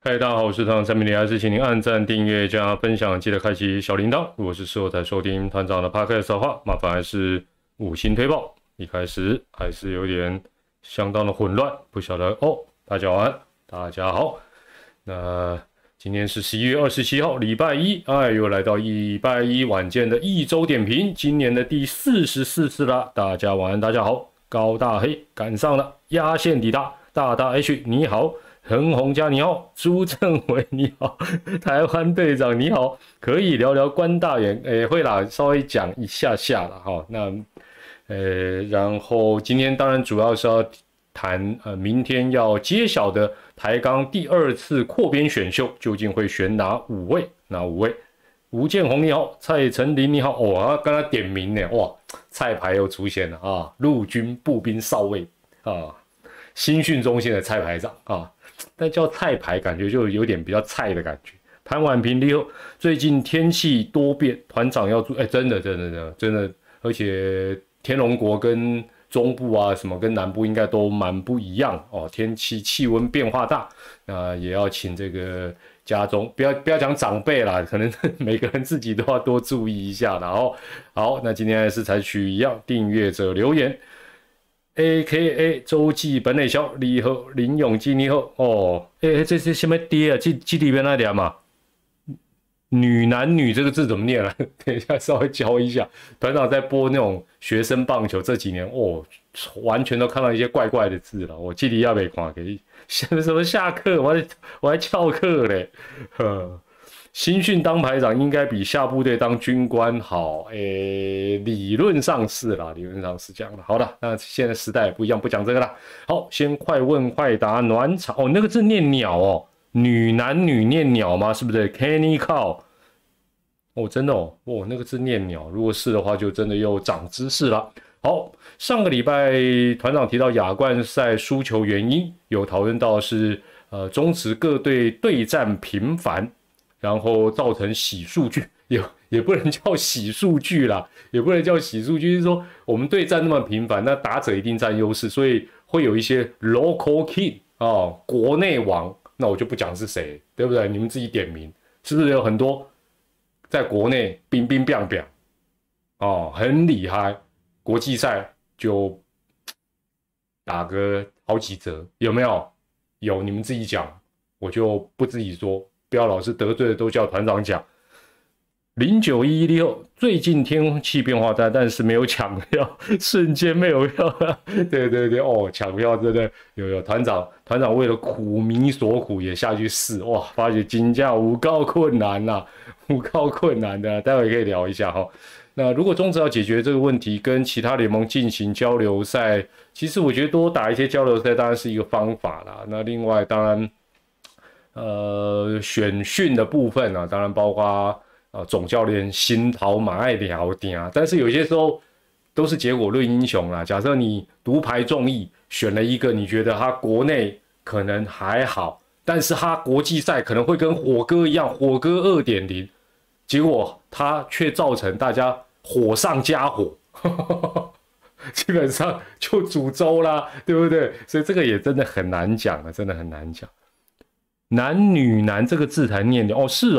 嗨，大家好，我是团长蔡明礼，还是请您按赞、订阅加分享，记得开启小铃铛。如果是事后才收听团长的 podcast 的话，麻烦还是五星推爆。一开始还是有点相当的混乱，不晓得哦。大家晚安，大家好。那今天是11月27号，礼拜一，又来到礼拜一晚间的一周点评，今年的第44次啦。大家晚安，大家好。高大黑赶上了，压线抵达，大大 H 你好。恒宏家你好，朱正伟你好，台湾队长你好，可以聊聊关大元，会啦，稍微讲一下下啦哈。那然后今天当然主要是要谈明天要揭晓的台钢第2次扩编选秀究竟会选哪5位？哪5位？吴建宏你好，蔡成林你好，刚刚点名呢，哇，蔡牌又出现了啊，陆军步兵少尉啊，新训中心的蔡排长啊。但叫菜牌感觉就有点比较菜的感觉。潘婉平你好，最近天气多变，团长要注意，真的，而且天龙国跟中部啊什么跟南部应该都蛮不一样哦，天气气温变化大，那也要请这个家中不要讲长辈啦，可能每个人自己都要多注意一下啦哦。好，那今天还是采取一样订阅者留言。AKA 周记本内销你好，林永基你好哦，这是什么爹啊？这里边那点嘛，女男女这个字怎么念啊？等一下稍微教一下。团长在播那种学生棒球这几年完全都看到一些怪怪的字了。我这里要被看给什么下课，我还翘课嘞，新训当排长应该比下部队当军官好，理论上是啦，理论上是这样的。好了，那现在时代不一样，不讲这个啦。好，先快问快答暖场哦，那个字念鸟哦，女男女念鸟吗？是不是 ？Kenny Cow 哦，真的哦，那个字念鸟，如果是的话，就真的又长知识了。好，上个礼拜团长提到亚冠赛输球原因，有讨论到是中职各队对战频繁。然后造成洗数据，也不能叫洗数据啦，也不能叫洗数据，就是说我们对战那么频繁，那打者一定占优势，所以会有一些 local king 国内王，那我就不讲是谁，对不对？你们自己点名，是不是有很多在国内冰冰冰冰很厉害，国际赛就打个好几折，有没有？有，你们自己讲，我就不自己说。不要老是得罪的都叫团长讲。0911最近天气变化大，但是没有抢票，瞬间没有票了。对抢票真的有团长为了苦民所苦也下去试，哇，发觉金价无告困难啦，无告困难的，待会可以聊一下哈。那如果中职要解决这个问题，跟其他联盟进行交流赛，其实我觉得多打一些交流赛当然是一个方法啦。那另外当然。选训的部分啊，当然包括总教练心头马爱聊天，但是有些时候都是结果论英雄啦。假设你独排众议选了一个你觉得他国内可能还好，但是他国际赛可能会跟火哥一样，火哥 2.0， 结果他却造成大家火上加火，基本上就煮粥啦，对不对？所以这个也真的很难讲啊，真的很难讲。男女男这个字才念鸟是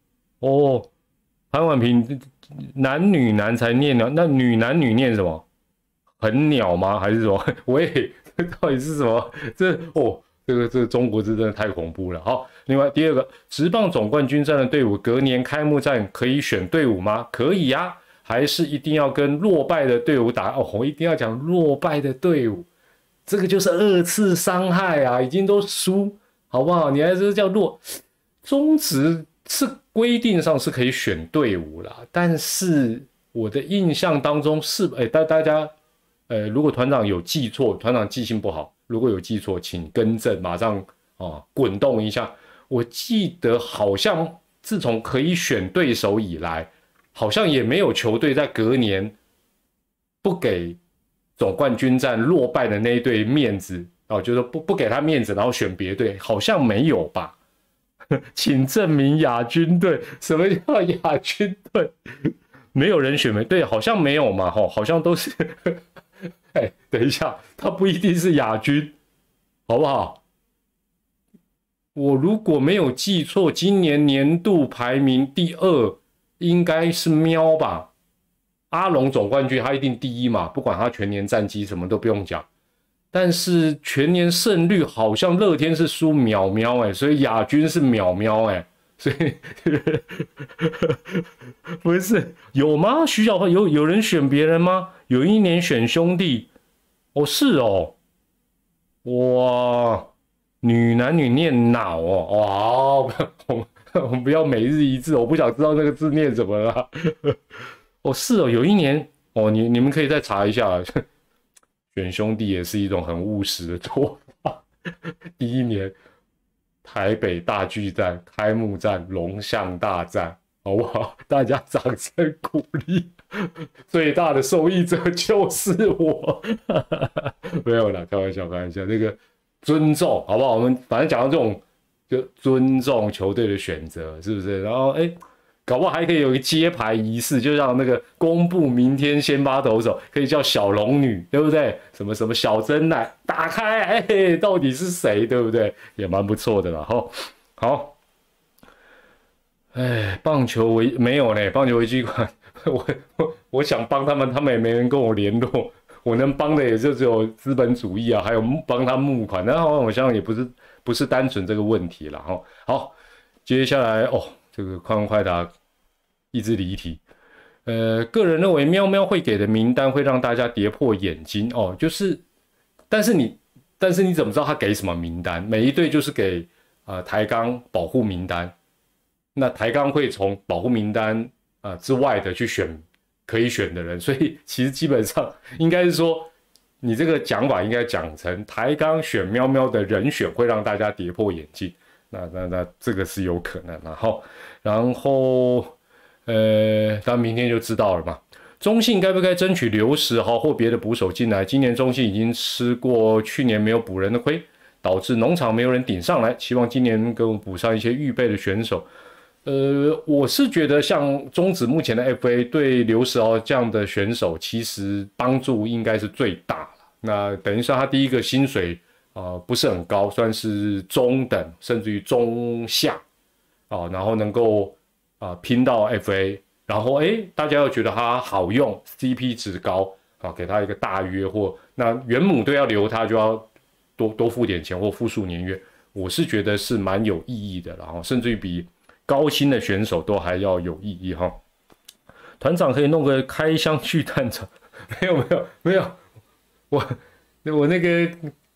潘婉平男女男才念鸟，那女男女念什么？很鸟吗？还是什么？喂，这到底是什么？这个中国字真的太恐怖了。好，另外第二个，职棒总冠军战的队伍隔年开幕战可以选队伍吗？可以啊，还是一定要跟落败的队伍打？我一定要讲落败的队伍，这个就是2次伤害啊，已经都输。好不好？你还是叫弱，中职是规定上是可以选队伍啦，但是我的印象当中是，大家，如果团长有记错，团长记性不好，如果有记错，请更正，马上滚动一下。我记得好像自从可以选对手以来，好像也没有球队在隔年不给总冠军战落败的那一队面子。就是不给他面子，然后选别队，好像没有吧？请证明亚军队，什么叫亚军队？没有人选没对，好像没有嘛，好像都是。等一下，他不一定是亚军，好不好？ 我如果没有记错，今年年度排名第2应该是喵吧？阿龙总冠军他一定第1嘛，不管他全年战绩什么都不用讲。但是全年胜率好像乐天是输淼淼所以亚军是淼淼所以不是有吗？徐小凤有人选别人吗？有一年选兄弟是哇，女男女念脑哇，我们不要每日一字，我不想知道那个字念怎么了。是有一年你们可以再查一下，选兄弟也是一种很务实的做法。第1年台北大巨蛋开幕战龙象大战，好不好？大家掌声鼓励，最大的受益者就是我。没有啦，开玩笑，那个尊重好不好？我们反正讲到这种就尊重球队的选择，是不是？然后搞不好还可以有一个揭牌仪式，就让那个公布明天先发投手，可以叫小龙女，对不对？什么什么小真奶打开，到底是谁，对不对？也蛮不错的啦。好，棒球没有呢，棒球危机馆，我想帮他们也没人跟我联络，我能帮的也就只有资本主义啊，还有帮他募款，然后我想也不是单纯这个问题啦。好，接下来这个快问快答。一直离题，个人认为喵喵会给的名单会让大家跌破眼睛就是，但是你怎么知道他给什么名单？每一队就是给台钢保护名单，那台钢会从保护名单之外的去选可以选的人，所以其实基本上应该是说，你这个讲法应该讲成台钢选喵喵的人选会让大家跌破眼镜，那这个是有可能，然后。当然明天就知道了嘛。中信该不该争取刘时豪或别的捕手进来？今年中信已经吃过去年没有补人的亏，导致农场没有人顶上来。希望今年给我们补上一些预备的选手。我是觉得像中职目前的 FA 对刘时豪这样的选手，其实帮助应该是最大了。那等于说他第一个薪水不是很高，算是中等甚至于中下然后能够。拼到 FA， 然后大家又觉得他好用 ，CP 值高给他一个大约或那原母队要留他就要多付点钱或付数年约，我是觉得是蛮有意义的，然后甚至于比高薪的选手都还要有意义团长可以弄个开箱巨蛋场，没有，我那个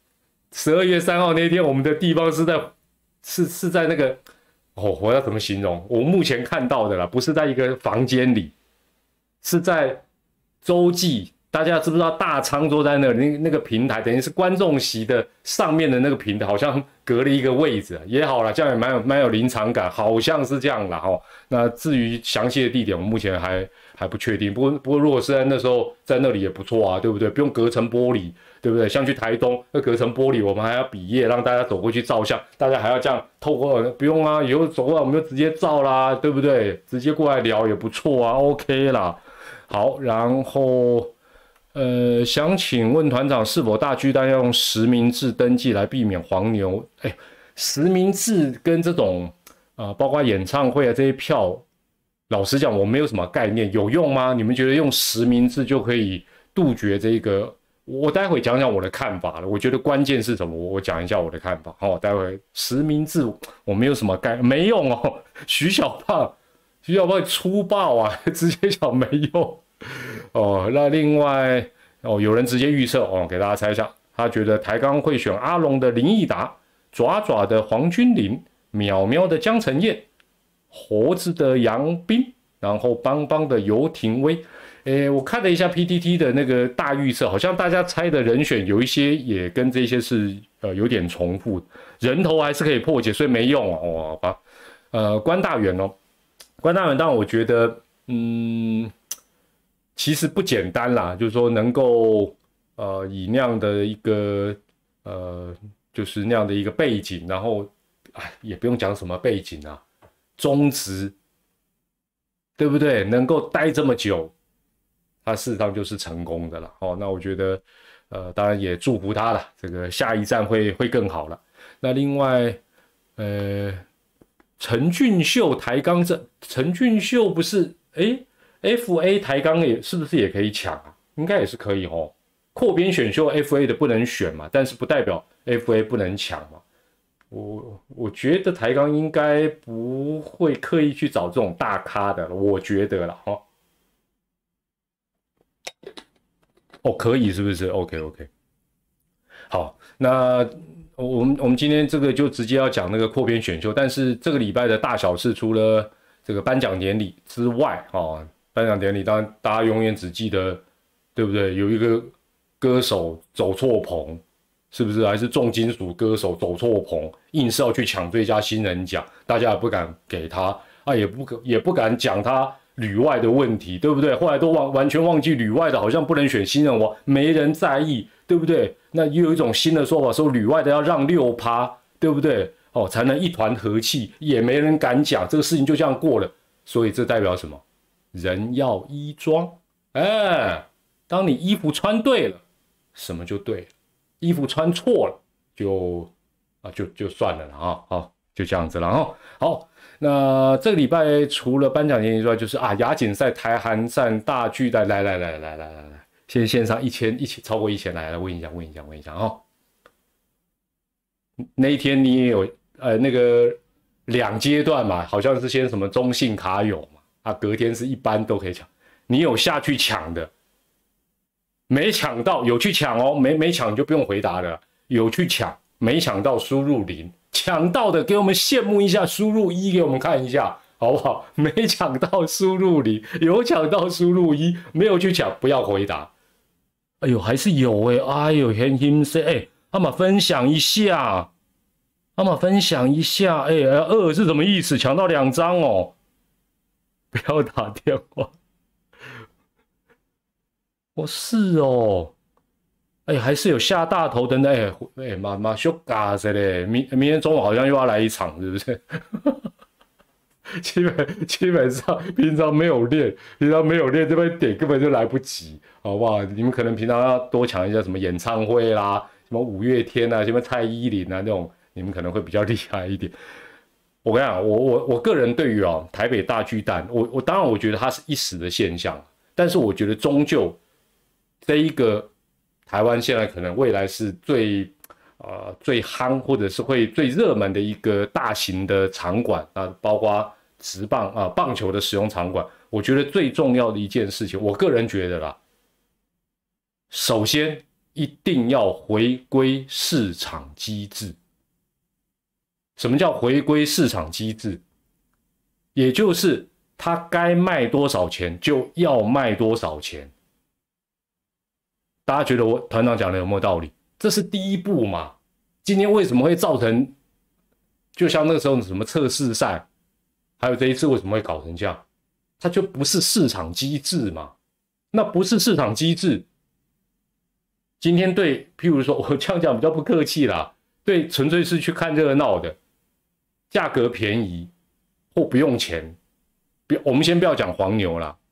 12月3号那天，我们的地方是在那个。我要怎么形容？我目前看到的啦，不是在一个房间里，是在洲际。大家知不知道大仓坐在那个平台，等于是观众席的上面的那个平台，好像隔了一个位置也好啦，这样也蛮有临场感，好像是这样啦那至于详细的地点，我目前还不确定。不过如果是在那时候在那里也不错对不对？不用隔层玻璃。对不对？像去台东那隔层玻璃，我们还要比耶，让大家走过去照相，大家还要这样透过，不用以后走过来我们就直接照啦，对不对？直接过来聊也不错OK 啦。好，然后想请问团长，是否大巨蛋要用实名制登记来避免黄牛？实名制跟这种包括演唱会这些票，老实讲我没有什么概念，有用吗？你们觉得用实名制就可以杜绝这个？我待会讲讲我的看法了。我觉得关键是什么？我讲一下我的看法。待会实名制我没有什么没用徐小胖粗暴直接讲没用那另外有人直接预测给大家猜一下，他觉得台钢会选阿龙的林奕达，爪爪的黄君麟，淼淼的江承彦，猴子的杨斌，然后邦邦的游廷威。我看了一下 PTT 的那个大预测，好像大家猜的人选有一些也跟这些是有点重复，人头还是可以破解，所以没用好吧。关大元关大元当然我觉得其实不简单啦，就是说能够以那样的一个就是那样的一个背景，然后也不用讲什么背景中职对不对？能够待这么久。他事实上就是成功的了那我觉得当然也祝福他了，这个下一站会更好了。那另外陈俊秀台钢陈俊秀不是FA 台钢也是不是也可以抢啊？应该也是可以哦。扩编选秀 FA 的不能选嘛，但是不代表 FA 不能抢嘛。我觉得台钢应该不会刻意去找这种大咖的，我觉得啦哈。可以是不是 ？OK。好，那我们今天这个就直接要讲那个扩编选秀，但是这个礼拜的大小事，除了这个颁奖典礼之外，颁奖典礼当然大家永远只记得，对不对？有一个歌手走错棚，是不是？还是重金属歌手走错棚，硬是要去抢最佳新人奖，大家也不敢给他啊，也不敢讲他旅外的问题，对不对？后来都完全忘记旅外的好像不能选新人王，没人在意，对不对？那又有一种新的说法，说旅外的要让6%，对不对？才能一团和气，也没人敢讲，这个事情就这样过了。所以这代表什么？人要衣装，当你衣服穿对了，什么就对了；衣服穿错了，就算了啦好，就这样子了哈。好，那这个礼拜除了颁奖典礼之外，就是亚锦赛台韩战大巨蛋，来，先线上超过1000来问一下那一天你也有那个2阶段嘛，好像是先什么中信卡友嘛，隔天是一般都可以抢，你有下去抢的，没抢到有去抢哦，没抢就不用回答了，有去抢没抢到输入0，抢到的给我们羡慕一下，输入1给我们看一下。好不好？没抢到输入0，有抢到输入1，没有去抢不要回答。哎呦，还是有很힘세他们分享一下，2是什么意思？抢到2张哦，不要打电话。是哦，还是有下大头的呢，妈羞嘎子嘞，明天中午好像又要来一场，是不是？基本上平常没有练，这边点根本就来不及，好不好？你们可能平常要多抢一下什么演唱会啦，什么5月天啊，什么蔡依林啊那种，你们可能会比较厉害一点。我跟你讲，我个人对于台北大巨蛋，我当然我觉得它是一时的现象，但是我觉得终究这一个台湾现在可能未来是最夯或者是会最热门的一个大型的场馆包括职棒棒球的使用场馆，我觉得最重要的一件事情，我个人觉得啦，首先一定要回归市场机制。什么叫回归市场机制？也就是它该卖多少钱就要卖多少钱。大家觉得我团长讲的有没有道理？这是第一步嘛。今天为什么会造成，就像那个时候什么测试赛，还有这一次为什么会搞成这样？它就不是市场机制嘛。那不是市场机制，今天对，譬如说我这样讲比较不客气啦，对，纯粹是去看热闹的，价格便宜或不用钱，我们先不要讲黄牛啦，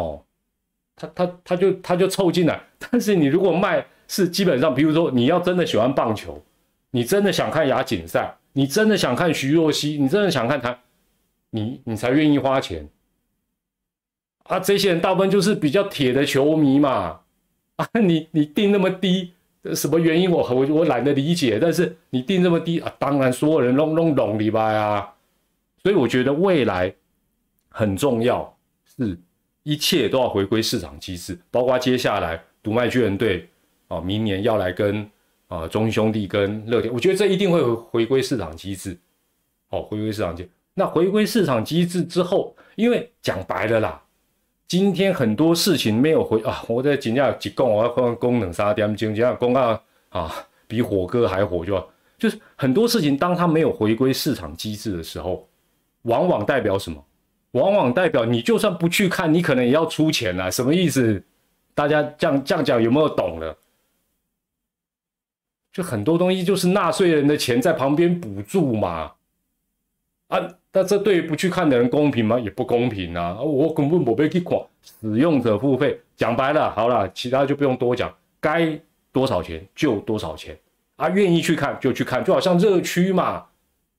他就凑进来。但是你如果卖是基本上，比如说你要真的喜欢棒球，你真的想看亚锦赛，你真的想看徐若曦，你真的想看他，你才愿意花钱这些人大部分就是比较铁的球迷嘛你定那么低，什么原因我懒得理解，但是你定这么低当然所有人拢礼拜所以我觉得未来很重要，是一切都要回归市场机制，包括接下来读卖巨人队明年要来跟中信兄弟跟乐天，我觉得这一定会回归市场机制。回归市场机制。那回归市场机制之后，因为讲白了啦，今天很多事情没有我在真正一讲，我要讲2-3点钟，真正讲比火哥还火就是很多事情，当它没有回归市场机制的时候，往往代表什么？往往代表你就算不去看，你可能也要出钱什么意思？大家这样讲有没有懂了？就很多东西就是纳税人的钱在旁边补助嘛，那这对于不去看的人公平吗？也不公平我根本没去看，使用者付费，讲白了，好了，其他就不用多讲，该多少钱就多少钱愿意去看就去看，就好像热区嘛，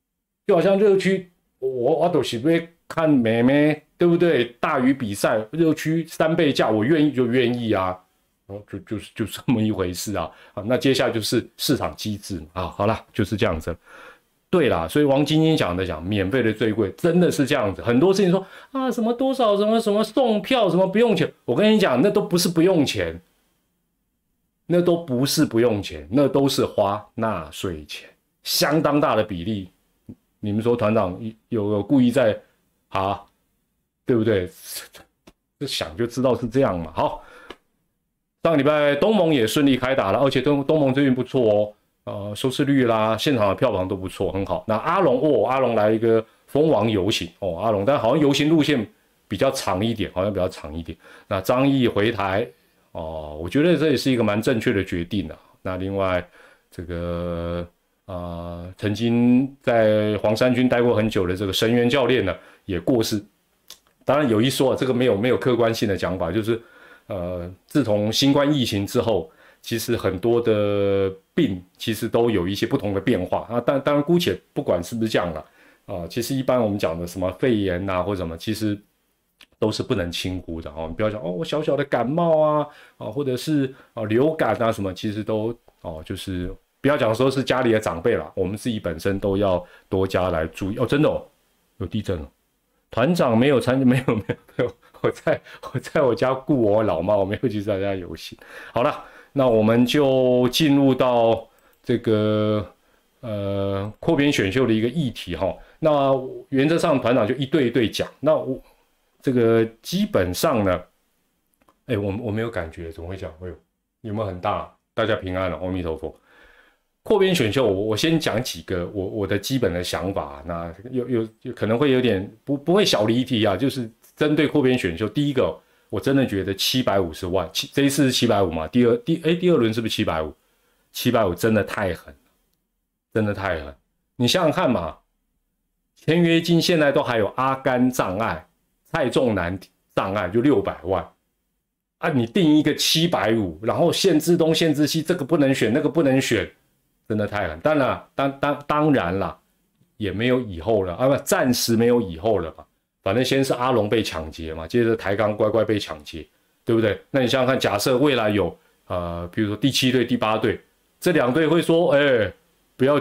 就好像热区，我都是要看妹妹，对不对？大鱼比赛，热区3倍价，我愿意就愿意啊，就这么一回事啊。那接下来就是市场机制啊，好啦，就是这样子。对啦，所以王晶晶讲免费的最贵，真的是这样子。很多事情说啊，什么多少什么送票，什么不用钱，我跟你讲，那都不是不用钱，那都不是不用钱，那都是花纳税钱，相当大的比例。你们说团长有故意在对不对？这想就知道是这样嘛。好，上个礼拜东盟也顺利开打了，而且东盟最近不错哦，收视率啦，现场的票房都不错，很好。那阿龙来一个蜂王游行阿龙，但好像游行路线比较长一点，那张毅回台我觉得这也是一个蛮正确的决定啊。那另外这个曾经在黄衫军待过很久的这个神元教练呢也过世。当然有一说这个没有客观性的讲法，就是自从新冠疫情之后，其实很多的病其实都有一些不同的变化啊。当然姑且不管是不是这样了其实一般我们讲的什么肺炎或者什么，其实都是不能轻忽的你不要讲我小小的感冒或者是流感什么，其实都就是不要讲说是家里的长辈啦，我们自己本身都要多加来注意真的有地震了。团长没有参加，没有，我在我家顾我老妈，我没有去参加游行。好了，那我们就进入到这个扩编选秀的一个议题那原则上团长就一对一对讲。那我这个基本上呢，我没有感觉，怎么会讲？有没有很大？大家平安了，阿弥陀佛。扩编选秀，我先讲几个我的基本的想法，那有可能会有点不会小离题就是针对扩编选秀，第一个我真的觉得750万，这一次是750嘛，第二轮是不是750？750真的太狠，真的太狠。你想想看嘛，签约金现在都还有阿甘障碍、蔡仲南障碍，就600万你定一个750，然后限制东限制西，这个不能选，那个不能选。真的太狠，当然啦，也没有以后了暂时没有以后了嘛。反正先是阿龙被抢劫嘛，接着台钢乖乖被抢劫，对不对？那你想想看，假设未来有比如说第7队、第8队，这2队会说，不要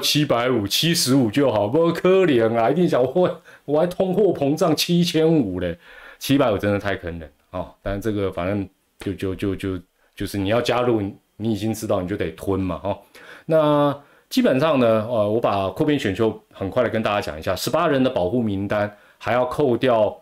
750，75就好，不可怜一定想我还通货膨胀7500嘞，750真的太坑人但是这个反正就是你要加入，你已经知道你就得吞嘛那基本上呢，我把扩编选秀很快的跟大家讲一下，18人的保护名单还要扣掉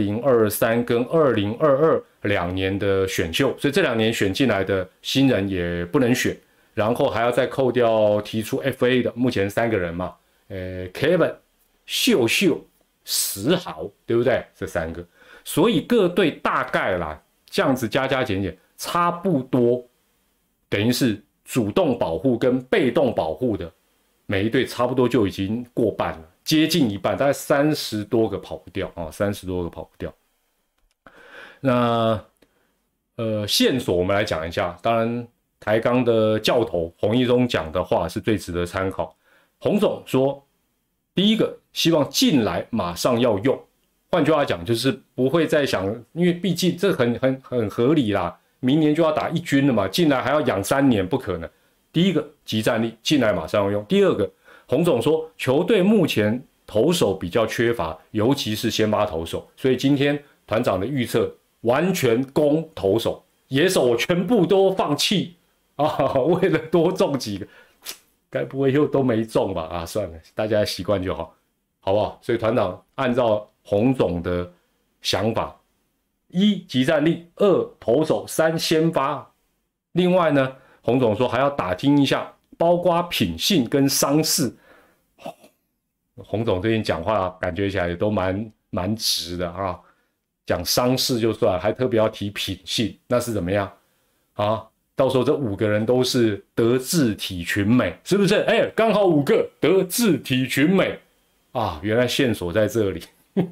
2023跟2022 2年的选秀，所以这2年选进来的新人也不能选，然后还要再扣掉提出 FA 的，目前3个人嘛，Kevin、秀秀、石豪，对不对？这3个，所以各队大概啦，这样子加减差不多，等于是主动保护跟被动保护的每一队差不多就已经过半了，接近一半，大概30多个跑不掉30多个跑不掉。那线索我们来讲一下，当然台钢的教头洪一中讲的话是最值得参考。洪总说，第一个希望进来马上要用，换句话讲就是不会再想，因为毕竟这很合理啦。明年就要打1军了嘛，进来还要养3年，不可能。第一个即战力，进来马上要用。第二个，洪总说球队目前投手比较缺乏，尤其是先发投手，所以今天团长的预测完全攻投手，野手我全部都放弃为了多中几个，该不会又都没中吧？算了，大家习惯就好，好不好？所以团长按照洪总的想法。1即战力，2投手，3先发。另外呢，洪总说还要打听一下，包括品性跟伤势。洪总最近讲话感觉起来也都蛮直的讲伤势就算，还特别要提品性，那是怎么样到时候这5个人都是德智体群美，是不是？刚好5个德智体群美原来线索在这里。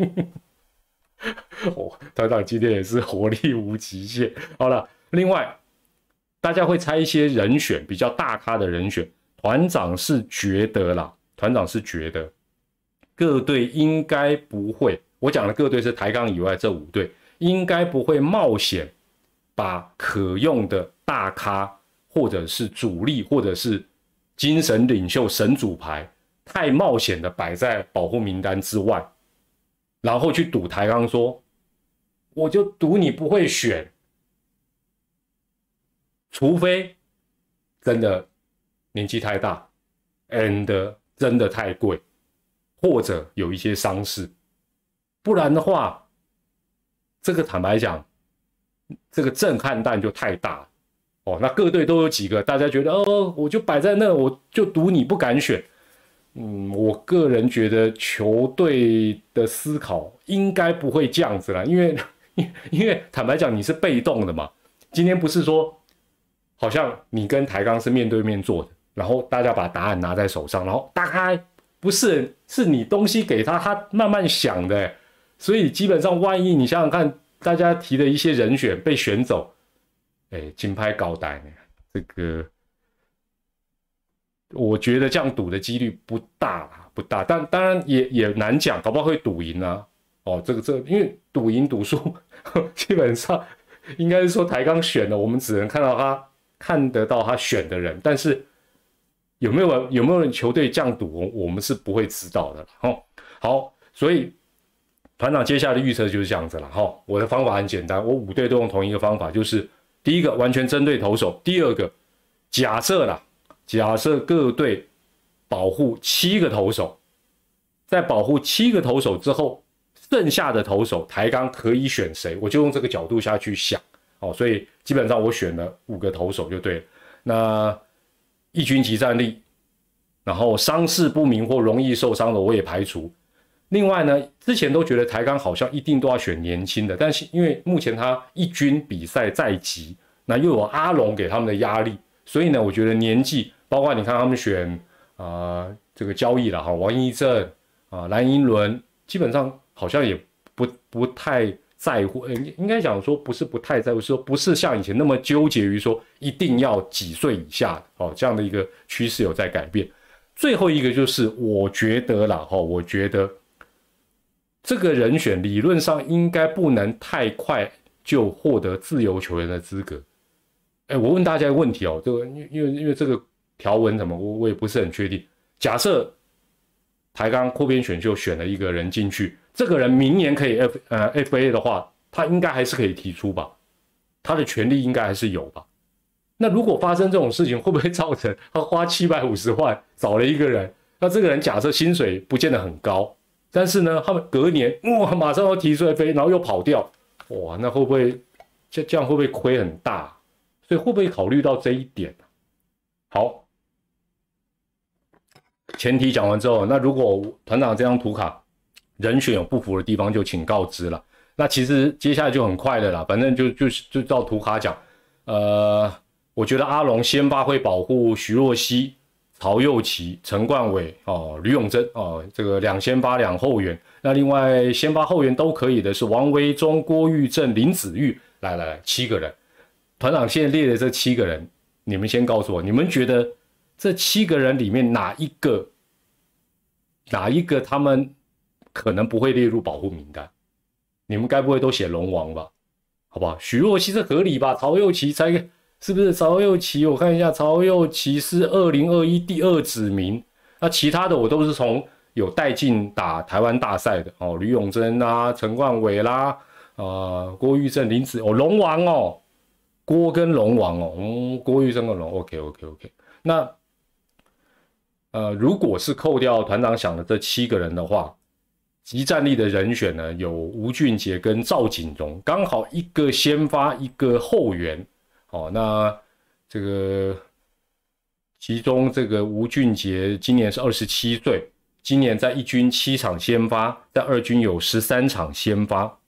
团长今天也是活力无极限。好了，另外大家会猜一些人选，比较大咖的人选，团长是觉得各队应该不会，我讲的各队是台钢以外这5队，应该不会冒险把可用的大咖或者是主力或者是精神领袖神主牌太冒险的摆在保护名单之外，然后去赌台钢说我就赌你不会选，除非真的年纪太大 and 真的太贵，或者有一些伤势，不然的话，这个坦白讲，这个震撼弹就太大了哦。那各队都有几个，大家觉得我就摆在那，我就赌你不敢选。我个人觉得球队的思考应该不会这样子啦，因为坦白讲你是被动的嘛，今天不是说好像你跟台钢是面对面坐的，然后大家把答案拿在手上，然后打开，不是，是你东西给他，他慢慢想的，所以基本上万一你想想看，大家提的一些人选被选走，金牌高单这个。我觉得这样赌的几率不大啦，不大，但当然也难讲，搞不好会赌赢啊。这个，因为赌赢赌输，基本上应该是说台钢选了，我们只能看得到他选的人，但是有没有人球队这样赌，我们是不会知道的。好，所以团长接下来的预测就是这样子了。我的方法很简单，我5队都用同一个方法，就是第一个完全针对投手，第二个假设各队保护7个投手，在保护7个投手之后，剩下的投手台钢可以选谁，我就用这个角度下去想。所以基本上我选了5个投手就对了。那一军即战力，然后伤势不明或容易受伤的我也排除。另外呢，之前都觉得台钢好像一定都要选年轻的，但是因为目前他一军比赛在即，那又有阿龙给他们的压力，所以呢，我觉得年纪。包括你看他们选这个交易了王一正蓝寅伦，基本上好像也不太在乎，应该讲说不是不太在乎，是说不是像以前那么纠结于说一定要几岁以下的这样的一个趋势有在改变。最后一个就是我觉得啦我觉得这个人选理论上应该不能太快就获得自由球员的资格。我问大家一个问题这个因为这个。条文什么我也不是很确定。假设台钢扩编选秀选了一个人进去，这个人明年可以FA 的话，他应该还是可以提出吧？他的权利应该还是有吧？那如果发生这种事情，会不会造成他花750万找了一个人？那这个人假设薪水不见得很高，但是呢，他们隔年马上要提出FA，然后又跑掉，哇，那会不会这样会不会亏很大？所以会不会考虑到这一点？好。前提讲完之后，那如果团长这张图卡人选有不符的地方，就请告知了。那其实接下来就很快的啦，反正就照图卡讲。我觉得阿龙先发会保护徐若曦、曹佑齐、陈冠伟吕永贞这个2先发2后援。那另外先发后援都可以的是王维忠、郭玉正、林子玉，来7个人。团长现在列的这7个人，你们先告诉我，你们觉得？这7个人里面哪一个他们可能不会列入保护名单？你们该不会都写龙王吧？好不好？许若曦这合理吧？曹佑齐才是不是？曹佑齐我看一下，曹佑齐是2021第2指名，那其他的我都是从有带进打台湾大赛的吕永贞啦、陈冠伟啦、郭玉正、林子龙王郭跟龙王郭玉正跟龙 OK， 那。如果是扣掉团长想的这7个人的话，即战力的人选呢有吴俊杰跟赵景荣，刚好一个先发一个后援。那这个其中这个吴俊杰今年是27岁，今年在一军7场先发，在二军有13场先发。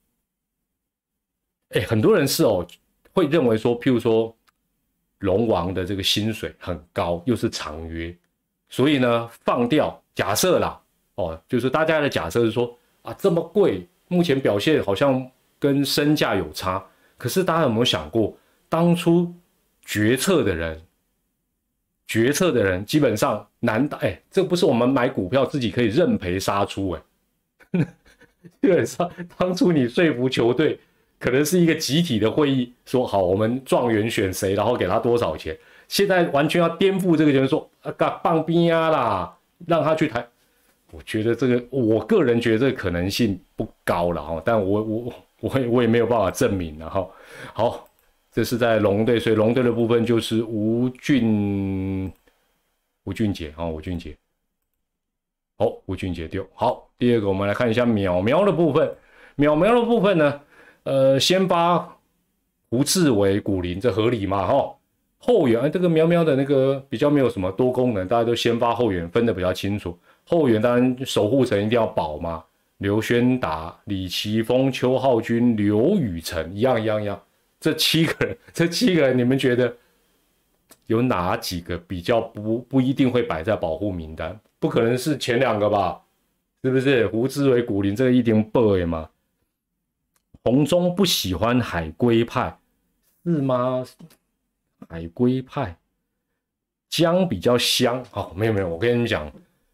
很多人是会认为说，譬如说龙王的这个薪水很高，又是长约。所以呢，放掉假设啦，就是大家的假设是说这么贵，目前表现好像跟身价有差。可是大家有没有想过，当初决策的人决策的人基本上难打，这不是我们买股票自己可以认赔杀出，基本上当初你说服球队，可能是一个集体的会议，说好我们状元选谁，然后给他多少钱。现在完全要颠覆这个人说棒冰呀啦，让他去谈。我觉得这个，我个人觉得这个可能性不高了哈，但我也没有办法证明了哈。好，这是在龙队，所以龙队的部分就是吴俊杰哈，吴俊杰。好，吴俊杰丢好。第二个，我们来看一下淼淼的部分。淼淼的部分呢，先发胡志伟、古林，这合理嘛哈？后援这个淼淼的那个比较没有什么多功能，大家都先发后援分得比较清楚。后援当然守护层一定要保嘛，刘轩达、李奇峰、邱浩军、刘宇成一样。这七个人，你们觉得有哪几个比较不一定会摆在保护名单？不可能是前2个吧？是不是？胡志伟、古林这个一定爆的嘛？洪忠不喜欢海龟派，是吗？海龟派姜比较香，没有，我跟你们讲，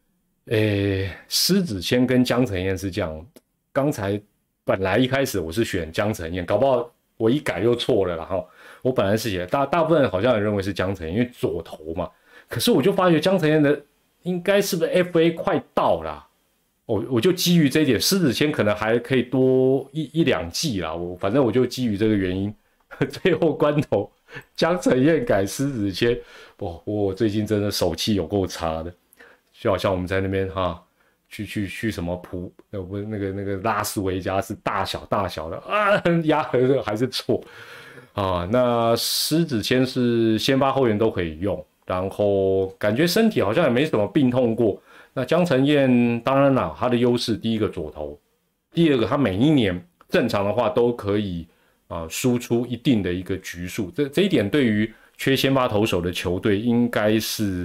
施子谦跟江承彦是这样。刚才本来一开始我是选江承彦，搞不好我一改又错了啦哈。我本来是写大部分人好像也认为是江承彦，因为左投嘛。可是我就发觉江承彦的应该是不是 FA 快到啦？我就基于这一点，施子谦可能还可以多一两季啦。反正我就基于这个原因，最后关头。江承彦改施子谦，我最近真的手气有够差的，就好像我们在那边去什么那个拉斯维加斯大小的压还是错啊。那施子谦是先发后援都可以用，然后感觉身体好像也没什么病痛过。那江承彦当然啦，他的优势第一个左投，第二个他每一年正常的话都可以。输出一定的一个局数，这一点对于缺先发投手的球队应该是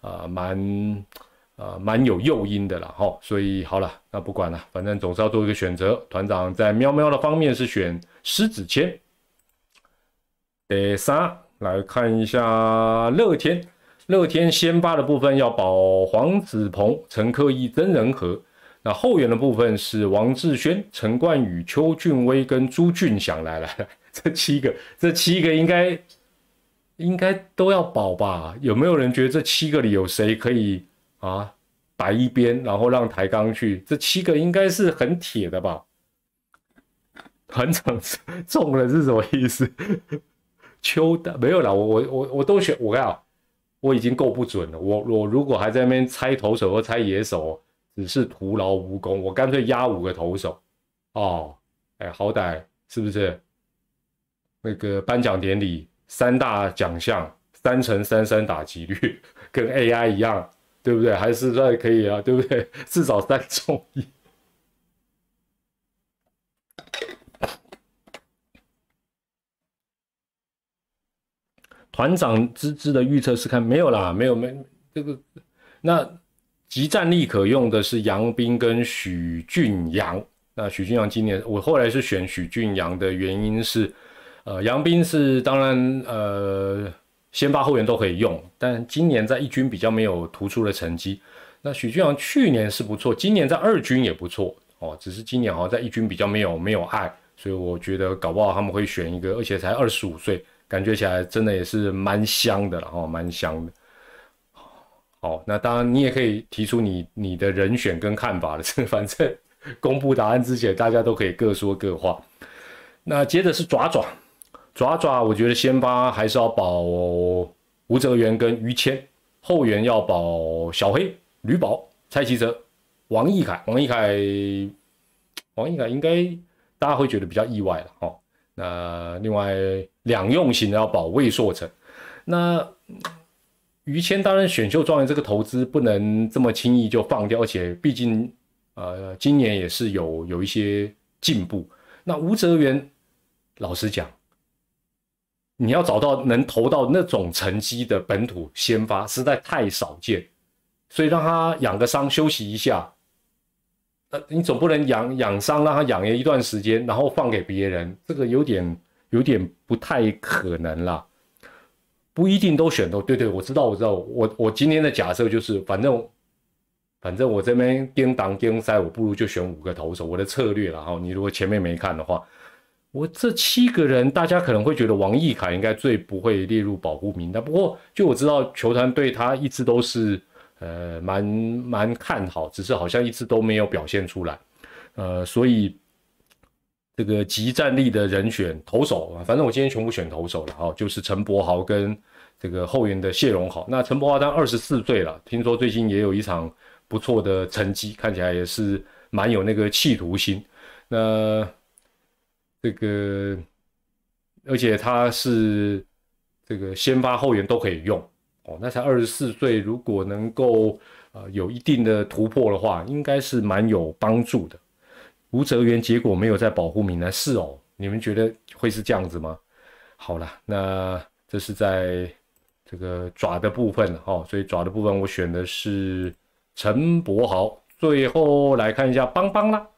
蛮有诱因的啦齁。所以好了，那不管了，反正总是要做一个选择。团长在喵喵的方面是选施子谦。第3来看一下乐天先发的部分要保黄子鹏、陈克义、曾仁和。那后援的部分是王志轩、陈冠宇、邱俊威跟朱俊祥。来，这七个应该都要保吧？有没有人觉得这7个里有谁可以摆一边，然后让台钢去？这7个应该是很铁的吧？团长中了是什么意思？没有啦，我都选，我看我已经够不准了。我如果还在那边猜投手或猜野手。只是徒劳无功，我干脆压5个投手好歹是不是那个颁奖典礼3大奖项3×33打击率跟 AI 一样，对不对？还是算可以啊，对不对？至少3中1。团长芝的预测是看没有啦，没这个那。即战力可用的是杨斌跟许俊阳。那许俊阳今年我后来是选许俊阳的原因是，杨斌是当然先发后援都可以用，但今年在1军比较没有突出的成绩。那许俊阳去年是不错，今年在2军也不错只是今年好像在1军比较没有爱，所以我觉得搞不好他们会选一个，而且才25岁，感觉起来真的也是蛮香的了蛮香的。好，那当然你也可以提出你的人选跟看法了，反正公布答案之前大家都可以各说各话。那接着是爪，我觉得先发还是要保吴哲源跟于谦，后援要保小黑、吕宝、蔡其哲、王义凯应该大家会觉得比较意外了那另外两用型的要保魏硕成。那于谦当然选秀状元这个投资不能这么轻易就放掉，而且毕竟今年也是有一些进步。那吴哲源老实讲，你要找到能投到那种成绩的本土先发实在太少见，所以让他养个伤休息一下，你总不能养伤让他养了一段时间然后放给别人，这个有点不太可能啦。 不一定都选都对，我知道，我今天的假设就是，反正我这边颠当颠塞，我不如就选5个投手，我的策略啦哈。你如果前面没看的话，我这7个人，大家可能会觉得王奕凯应该最不会列入保护名单，不过就我知道球团对他一直都是蛮看好，只是好像一直都没有表现出来，所以这个即战力的人选投手啊，反正我今天全部选投手了哈，就是陈柏豪跟这个后援的谢荣豪。那陈柏豪当24岁了，听说最近也有一场不错的成绩，看起来也是蛮有那个企图心。那这个而且他是这个先发后援都可以用哦，那才24岁，如果能够有一定的突破的话，应该是蛮有帮助的。吴哲源结果没有在保护名单，是哦，你们觉得会是这样子吗？好了，那这是在这个爪的部分哦，所以爪的部分我选的是陈柏豪。最后来看一下邦邦啦，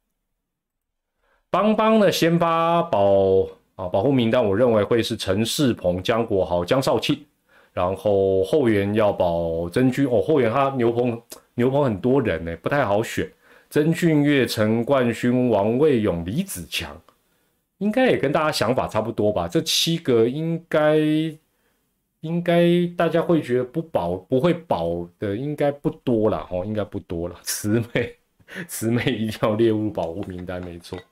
邦邦的先发保护名单，我认为会是陈世鹏、江国豪、江少庆，然后后援要保曾君哦，后援他牛棚很多人呢，不太好选。曾俊岳、陈冠勋、王卫勇、李子强，应该也跟大家想法差不多吧？这7个应该大家会觉得不会保的应该不多啦，应该不多啦。慈妹一定要列入保护名单，没错。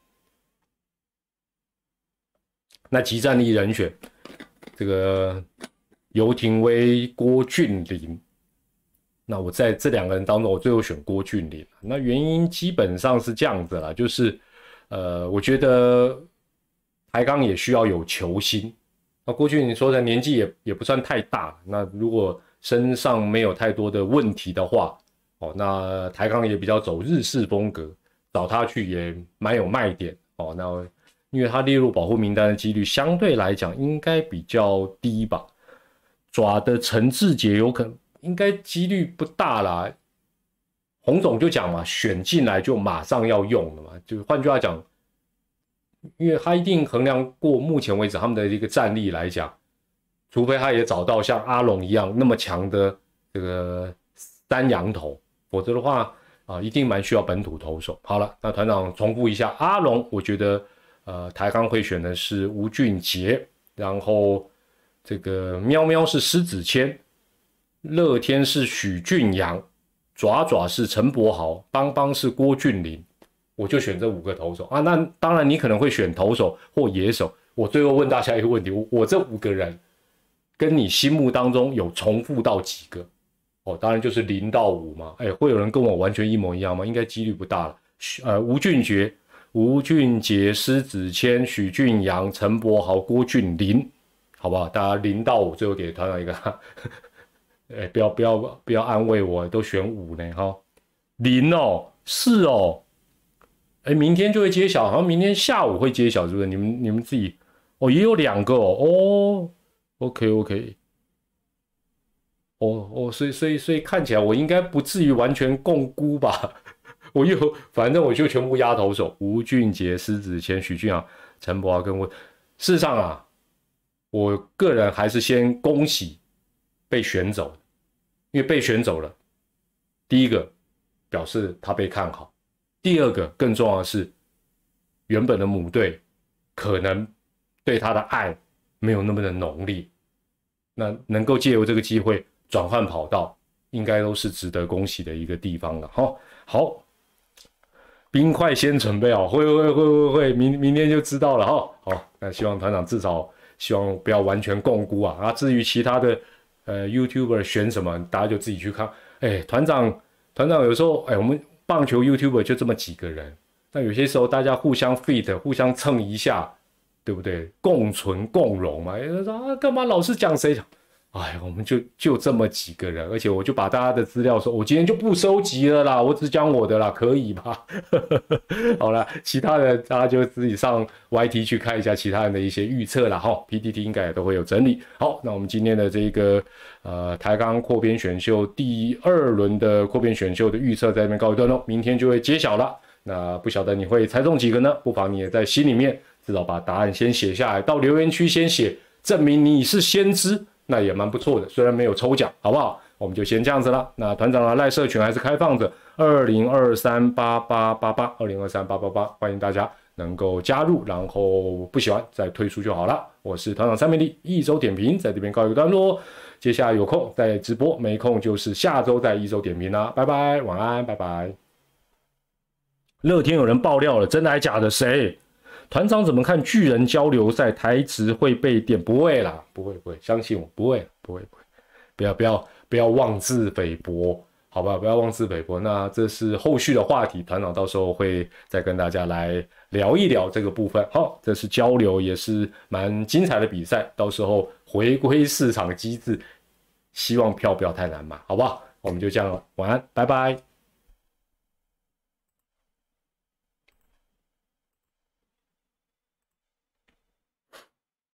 那即战力人选，这个游廷威、郭俊麟。那我在这2个人当中，我最后选郭俊麟。那原因基本上是这样子啦，就是我觉得台钢也需要有球星。那郭俊麟说的年纪也不算太大，那如果身上没有太多的问题的话，哦，那台钢也比较走日式风格，找他去也蛮有卖点哦。那因为他列入保护名单的几率相对来讲应该比较低吧。爪的陈志杰有可能。应该几率不大啦，洪总就讲嘛，选进来就马上要用了嘛，就换句话讲，因为他一定衡量过目前为止他们的一个战力来讲，除非他也找到像阿龙一样那么强的这个3洋投，否则的话一定蛮需要本土投手。好了，那团长重复一下，阿龙我觉得台钢会选的是吴俊杰，然后这个喵喵是施子谦。乐天是许俊阳，爪是陈柏豪，邦邦是郭俊麟，我就选这5个投手啊。那当然你可能会选投手或野手。我最后问大家一个问题，我这5个人跟你心目当中有重复到几个？哦，当然就是0到5嘛。会有人跟我完全一模一样吗？应该几率不大了。吴俊杰、施子谦、许俊阳、陈柏豪、郭俊麟，好不好？大家0到5，最后给团长一个。不要安慰我，都选5呢哈，0哦，是哦，明天就会揭晓，好像明天下午会揭晓，是不是？你们自己哦，也有2个哦，OK， 所以看起来我应该不至于完全共估吧？反正我就全部压投手，吴俊杰、施子谦、许俊阳、陈柏豪跟我。事实上啊，我个人还是先恭喜。被选走，因为被选走了，第一个表示他被看好，第二个更重要的是，原本的母队可能对他的爱没有那么的浓烈，那能够借由这个机会转换跑道，应该都是值得恭喜的一个地方了。好，冰块先准备好，会，明天就知道了哈。好，那希望团长至少希望不要完全共估啊。至于其他的。YouTuber 选什么，大家就自己去看。团长有时候，我们棒球 YouTuber 就这么几个人，那有些时候大家互相 fit， 互相蹭一下，对不对？共存共荣嘛。说干嘛老是讲谁讲？我们就这么几个人，而且我就把大家的资料说，我今天就不收集了啦，我只讲我的啦，可以吧？好啦，其他的大家就自己上 YT 去看一下其他人的一些预测啦，PTT 应该也都会有整理。好，那我们今天的这个台钢扩编选秀第2轮的扩编选秀的预测在这边告一段落，明天就会揭晓了。那不晓得你会猜中几个呢？不妨你也在心里面至少把答案先写下来，到留言区先写，证明你是先知。 那也蛮不错的，虽然没有抽奖，好不好？我们就先这样子了。那团长的赖社群还是开放着，20238888，20238888，欢迎大家能够加入，然后不喜欢再退出就好了。我是团长3米一周点评，在这边告一个段落。接下来有空再直播，没空就是下周再一周点评啦。拜拜，晚安，拜拜。乐天有人爆料了，真的还假的？谁？团长怎么看巨人交流赛台词会被点？不会啦，不会，相信我，不会，不要妄自菲薄，好吧，不要妄自菲薄。那这是后续的话题，团长到时候会再跟大家来聊一聊这个部分。好，这是交流，也是蛮精彩的比赛，到时候回归市场机制，希望票不要太难嘛，好不好？我们就这样了，晚安，拜拜。